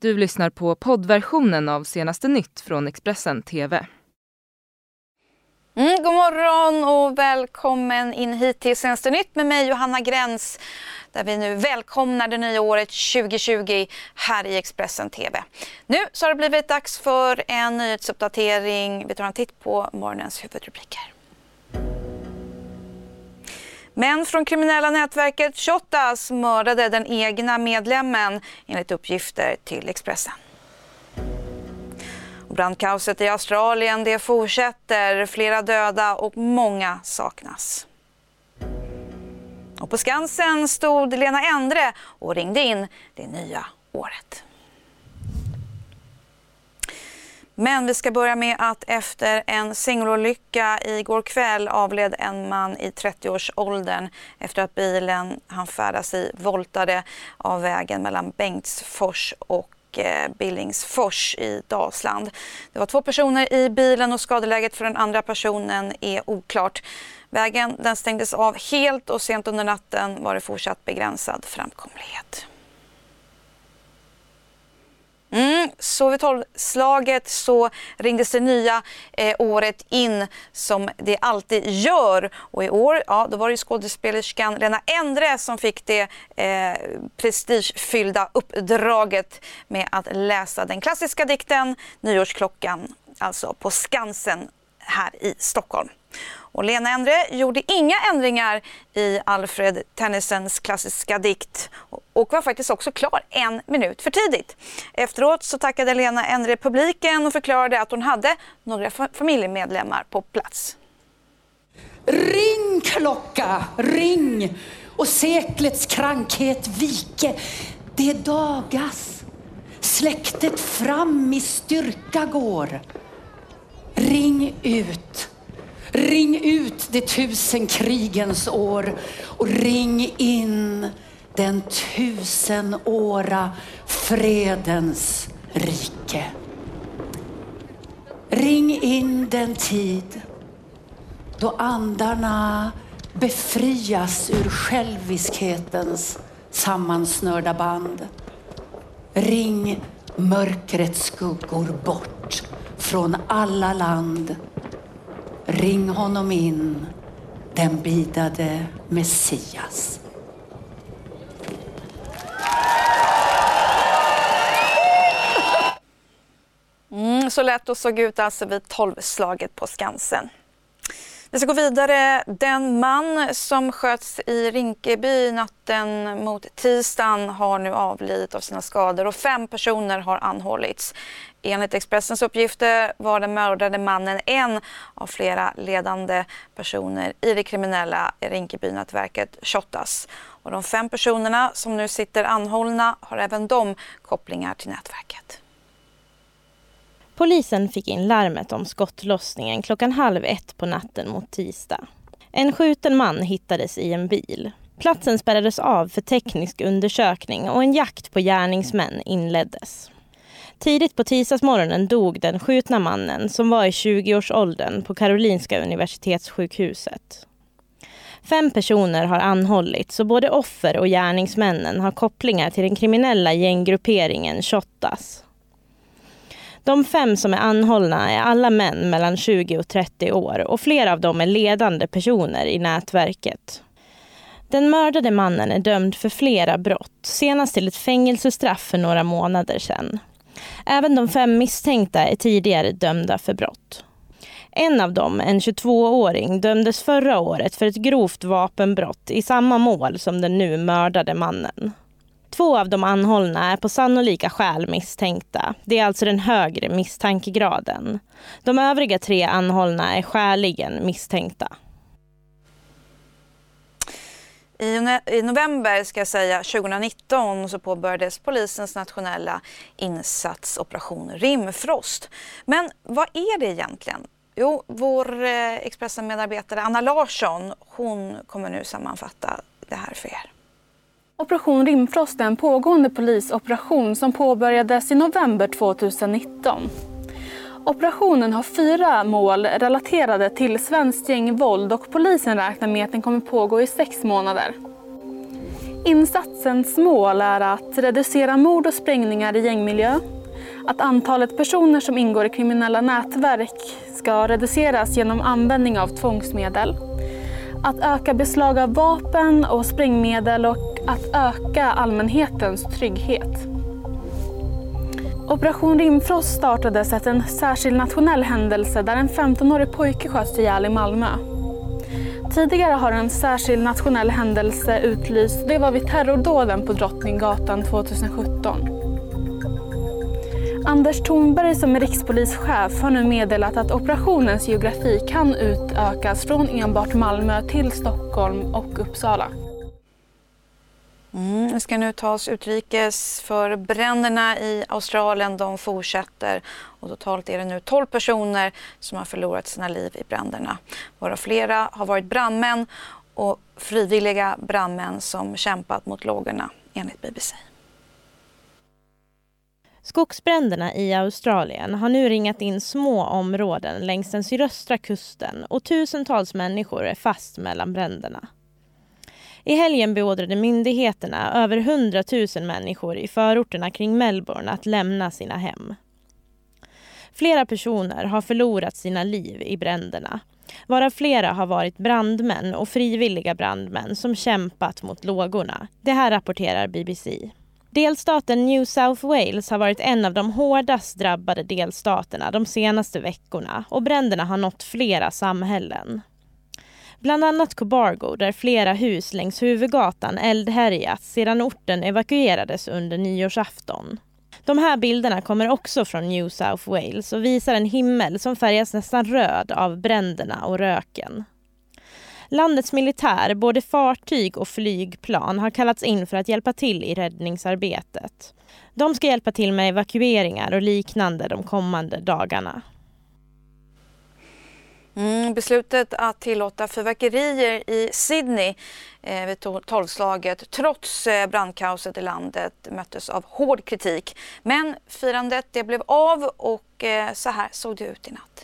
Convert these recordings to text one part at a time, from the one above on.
Du lyssnar på poddversionen av Senaste nytt från Expressen TV. God morgon och välkommen in hit till Senaste nytt med mig Johanna Gräns, där vi nu välkomnar det nya året 2020 här i Expressen TV. Nu så har det blivit dags för en nyhetsuppdatering. Vi tar en titt på morgonens huvudrubriker. Män från kriminella nätverket Shottaz mördade den egna medlemmen enligt uppgifter till Expressen. Brandkaoset i Australien, det fortsätter. Flera döda och många saknas. Och på Skansen stod Lena Endre och ringde in det nya året. Men vi ska börja med att efter en singelolycka igår kväll avled en man i 30-årsåldern efter att bilen han färdas i voltade av vägen mellan Bengtsfors och Billingsfors i Dalsland. Det var 2 personer i bilen och skadeläget för den andra personen är oklart. Vägen den stängdes av helt och sent under natten var det fortsatt begränsad framkomlighet. Så vid 12-slaget så ringdes det nya året in som det alltid gör. Och i år, då var det skådespelerskan Lena Endre som fick det prestigefyllda uppdraget med att läsa den klassiska dikten Nyårsklockan, alltså på Skansen här i Stockholm. Och Lena Endre gjorde inga ändringar i Alfred Tennysons klassiska dikt och var faktiskt också klar 1 minut för tidigt. Efteråt så tackade Lena Endre publiken och förklarade att hon hade några familjemedlemmar på plats. Ring klocka, ring och seklets krankhet vike. Det dagas, släktet fram i styrka går. Ring ut. Ring ut det 1000 krigens år och ring in den 1000-åra fredens rike. Ring in den tid då andarna befrias ur själviskhetens sammansnörda band. Ring mörkrets skuggor bort från alla land. Ring honom in, den bidade Messias. Så lätt och såg ut alltså vid 12-slaget på Skansen. Vi ska gå vidare. Den man som sköts i Rinkeby natten mot tisdagen har nu avlidit av sina skador och 5 personer har anhållits. Enligt Expressens uppgifter var den mördade mannen en av flera ledande personer i det kriminella Rinkeby-nätverket Shottaz. Och de 5 personerna som nu sitter anhållna har även de kopplingar till nätverket. Polisen fick in larmet om skottlossningen 12:30 på natten mot tisdag. En skjuten man hittades i en bil. Platsen spärrades av för teknisk undersökning och en jakt på gärningsmän inleddes. Tidigt på tisdagsmorgonen dog den skjutna mannen som var i 20-årsåldern på Karolinska universitetssjukhuset. 5 personer har anhållits och både offer och gärningsmännen har kopplingar till den kriminella gänggrupperingen Shottaz. De 5 som är anhållna är alla män mellan 20 och 30 år och flera av dem är ledande personer i nätverket. Den mördade mannen är dömd för flera brott, senast till ett fängelsestraff för några månader sedan. Även de 5 misstänkta är tidigare dömda för brott. En av dem, en 22-åring, dömdes förra året för ett grovt vapenbrott i samma mål som den nu mördade mannen. 2 av de anhållna är på sannolika skäl misstänkta. Det är alltså den högre misstankegraden. De övriga 3 anhållna är skäligen misstänkta. I november 2019 så påbörjades polisens nationella insatsoperation Rimfrost. Men vad är det egentligen? Jo, vår Expressen-medarbetare Anna Larsson, hon kommer nu sammanfatta det här för er. Operation Rimfrost är en pågående polisoperation som påbörjades i november 2019. Operationen har 4 mål relaterade till svenskt gängvåld och polisen räknar med att den kommer pågå i 6 månader. Insatsens mål är att reducera mord och sprängningar i gängmiljö, att antalet personer som ingår i kriminella nätverk ska reduceras genom användning av tvångsmedel, att öka beslag av vapen och sprängmedel och att öka allmänhetens trygghet. Operation Rimfrost startades efter en särskild nationell händelse där en 15-årig pojke sköts ihjäl i Malmö. Tidigare har en särskild nationell händelse utlyst. Det var vid terrordåden på Drottninggatan 2017. Anders Thornberg som är rikspolischef har nu meddelat att operationens geografi kan utökas från enbart Malmö till Stockholm och Uppsala. Vi ska nu ta oss utrikes för bränderna i Australien. De fortsätter och totalt är det nu 12 personer som har förlorat sina liv i bränderna. Varav flera har varit brandmän och frivilliga brandmän som kämpat mot lågorna enligt BBC. Skogsbränderna i Australien har nu ringat in små områden längs den sydöstra kusten och tusentals människor är fast mellan bränderna. I helgen beordrade myndigheterna över 100 000 människor i förorterna kring Melbourne att lämna sina hem. Flera personer har förlorat sina liv i bränderna, varav flera har varit brandmän och frivilliga brandmän som kämpat mot lågorna. Det här rapporterar BBC. Delstaten New South Wales har varit en av de hårdast drabbade delstaterna de senaste veckorna och bränderna har nått flera samhällen. Bland annat Cobargo där flera hus längs huvudgatan eldhärjats sedan orten evakuerades under nyårsafton. De här bilderna kommer också från New South Wales och visar en himmel som färgas nästan röd av bränderna och röken. Landets militär, både fartyg och flygplan, har kallats in för att hjälpa till i räddningsarbetet. De ska hjälpa till med evakueringar och liknande de kommande dagarna. Beslutet att tillåta fyrverkerier i Sydney vid 12-slaget trots brandkaoset i landet möttes av hård kritik. Men firandet det blev av och så här såg det ut i natt.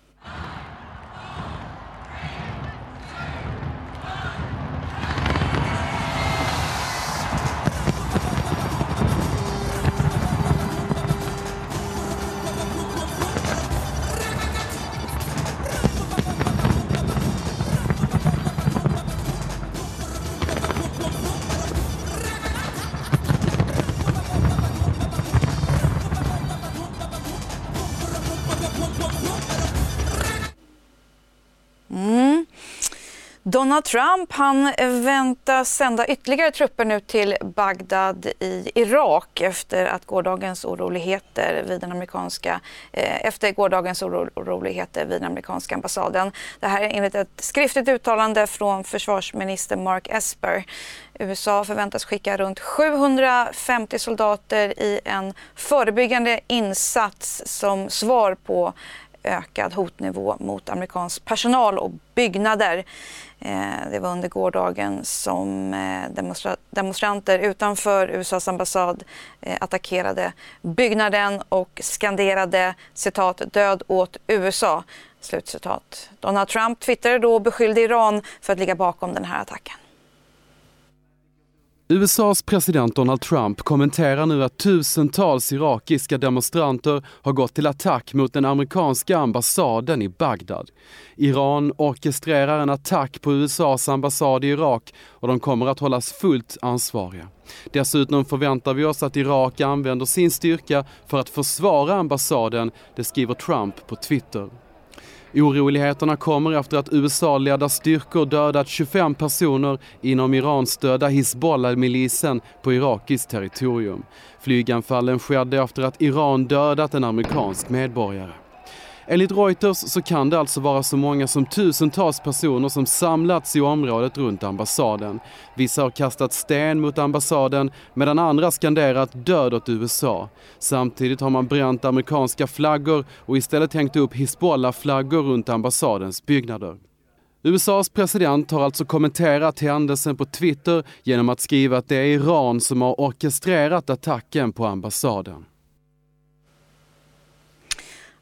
Donald Trump han väntas sända ytterligare trupper nu till Bagdad i Irak efter gårdagens oroligheter vid den amerikanska ambassaden. Det här är enligt ett skriftligt uttalande från försvarsminister Mark Esper. USA förväntas skicka runt 750 soldater i en förebyggande insats som svar på ökad hotnivå mot amerikansk personal och byggnader. Det var under gårdagen som demonstranter utanför USAs ambassad attackerade byggnaden och skanderade citat död åt USA. Slutcitat. Donald Trump twittrade då och beskyllde Iran för att ligga bakom den här attacken. USAs president Donald Trump kommenterar nu att tusentals irakiska demonstranter har gått till attack mot den amerikanska ambassaden i Bagdad. Iran orkestrerar en attack på USAs ambassad i Irak och de kommer att hållas fullt ansvariga. Dessutom förväntar vi oss att Irak använder sin styrka för att försvara ambassaden, det skriver Trump på Twitter. Oroligheterna kommer efter att USA-ledda styrkor dödat 25 personer inom Iran-stödda Hizbollah-milisen på irakiskt territorium. Flyganfallen skedde efter att Iran dödat en amerikansk medborgare. Enligt Reuters så kan det alltså vara så många som tusentals personer som samlats i området runt ambassaden. Vissa har kastat sten mot ambassaden medan andra skanderat död åt USA. Samtidigt har man bränt amerikanska flaggor och istället hängt upp Hizbollah-flaggor runt ambassadens byggnader. USAs president har alltså kommenterat händelsen på Twitter genom att skriva att det är Iran som har orkestrerat attacken på ambassaden.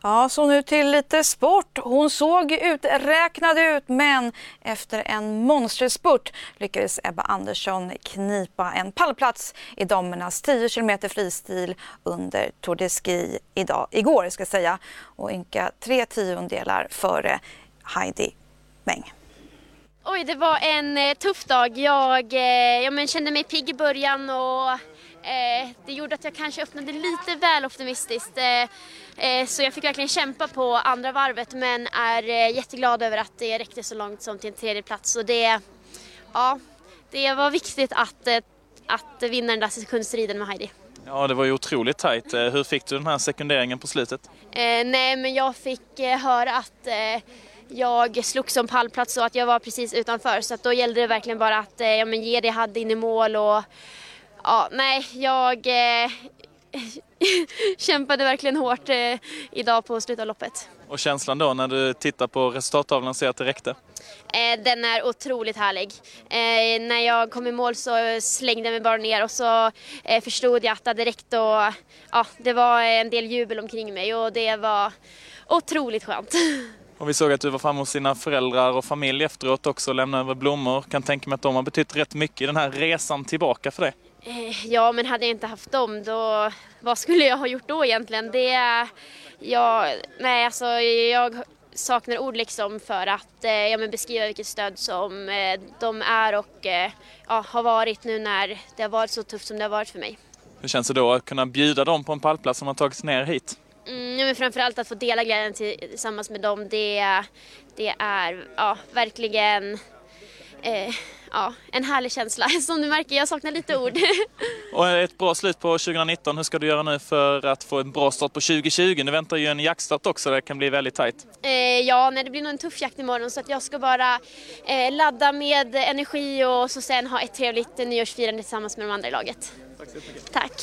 Ja, så nu till lite sport. Hon såg uträknad ut, men efter en monsterspurt lyckades Ebba Andersson knipa en pallplats i damernas 10 km fristil under Tour de Ski igår ska jag säga, och ynka 3/10 före Heidi Meng. Oj, det var en tuff dag. Jag kände mig pigg i början och det gjorde att jag kanske öppnade lite väl optimistiskt. Så jag fick verkligen kämpa på andra varvet, men är jätteglad över att det räckte så långt som till en 3:e plats. Och det var viktigt att vinna den där sekundstriden med Heidi. Ja, det var ju otroligt tajt. Hur fick du den här sekunderingen på slutet? Nej, men jag fick höra att jag slog som pallplats och att jag var precis utanför. Så att då gällde det verkligen bara att ge det jag hade in i mål. Och jag kämpade verkligen hårt idag på slutet av loppet. Och känslan då när du tittar på resultattavlan och ser att det räckte? Den är otroligt härlig. När jag kom i mål så slängde jag mig bara ner och så förstod jag att det hade räckt. Och, det var en del jubel omkring mig och det var otroligt skönt. Och vi såg att du var framme hos dina föräldrar och familj efteråt också och lämnade över blommor. Kan tänka mig att de har betytt rätt mycket i den här resan tillbaka för dig. Ja, men hade jag inte haft dem då, vad skulle jag ha gjort då egentligen? Jag saknar ord liksom för att beskriva vilket stöd som de är och har varit nu när det har varit så tufft som det har varit för mig. Hur känns det då att kunna bjuda dem på en pallplats som har tagits ner hit? Men framförallt att få dela glädjen tillsammans med dem, det är verkligen en härlig känsla. Som du märker, jag saknar lite ord. Och ett bra slut på 2019. Hur ska du göra nu för att få en bra start på 2020? Nu väntar ju en jaktstart också, det kan bli väldigt tajt. Det blir nog en tuff jakt imorgon så att jag ska bara ladda med energi och så sen ha ett trevligt nyårsfirande tillsammans med de andra i laget. Tack så mycket. Tack.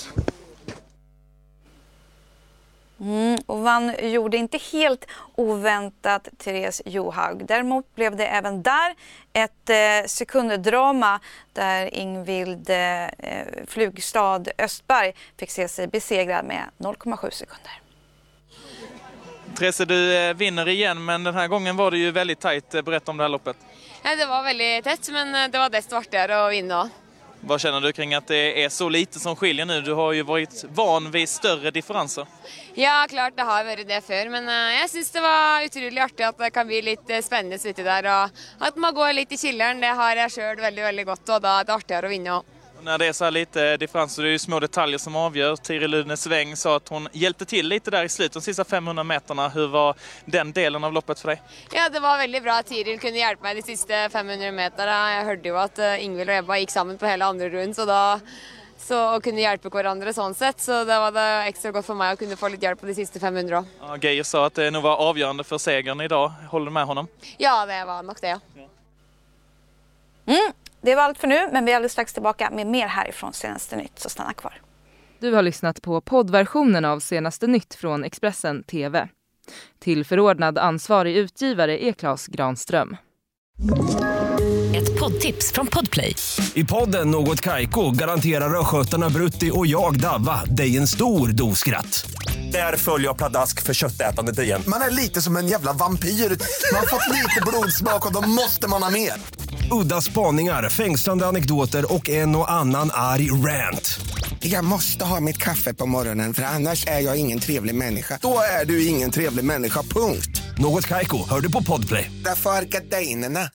Och vann gjorde inte helt oväntat Therese Johaug. Däremot blev det även där ett sekunddrama där Ingvild Flugstad Östberg fick se sig besegrad med 0,7 sekunder. Therese, du vinner igen, men den här gången var det ju väldigt tajt. Berätta om det här loppet. Ja, det var väldigt tätt, men det var desto artigare att vinna. Vad känner du kring att det är så lite som skiljer nu? Du har ju varit van vid större differenser. Ja, klart det har varit det før, men jag syns det var otroligt artigt att det kan bli lite spännande ute där och att man går lite i killern, det har jag själv väldigt, väldigt gott och då är det artigare att vinna. Och när det är så här lite differenser, det är ju små detaljer som avgör. Tiril Ludnes Sväng sa att hon hjälpte till lite där i slutet, de sista 500 meterna. Hur var den delen av loppet för dig? Ja, det var väldigt bra. Tiril kunde hjälpa mig de sista 500 meterna. Jag hörde ju att Ingvild och Ebba gick samman på hela andra rund, så kunde hjälpa varandra sånt sätt. Så det var det extra gott för mig att kunna få lite hjälp på de sista 500. Ja, Geijer sa att det nog var avgörande för segern idag. Håller du med honom? Ja, det var nog det. Det var allt för nu, men vi är alldeles strax tillbaka med mer härifrån Senaste Nytt, så stanna kvar. Du har lyssnat på poddversionen av Senaste Nytt från Expressen TV. Tillförordnad ansvarig utgivare är Claes Granström. Ett poddtips från Podplay. I podden Något Kaiko garanterar skötarna Brutti och jag Davva dig en stor doskratt. Där följer jag pladask för köttätandet igen. Man är lite som en jävla vampyr. Man har fått lite blodsmak och då måste man ha mer. Udda spaningar, fängslande anekdoter och en och annan arg rant. Jag måste ha mitt kaffe på morgonen för annars är jag ingen trevlig människa. Då är du ingen trevlig människa, punkt. Något Kaiko, hör du på Podplay. Därför är gardinerna.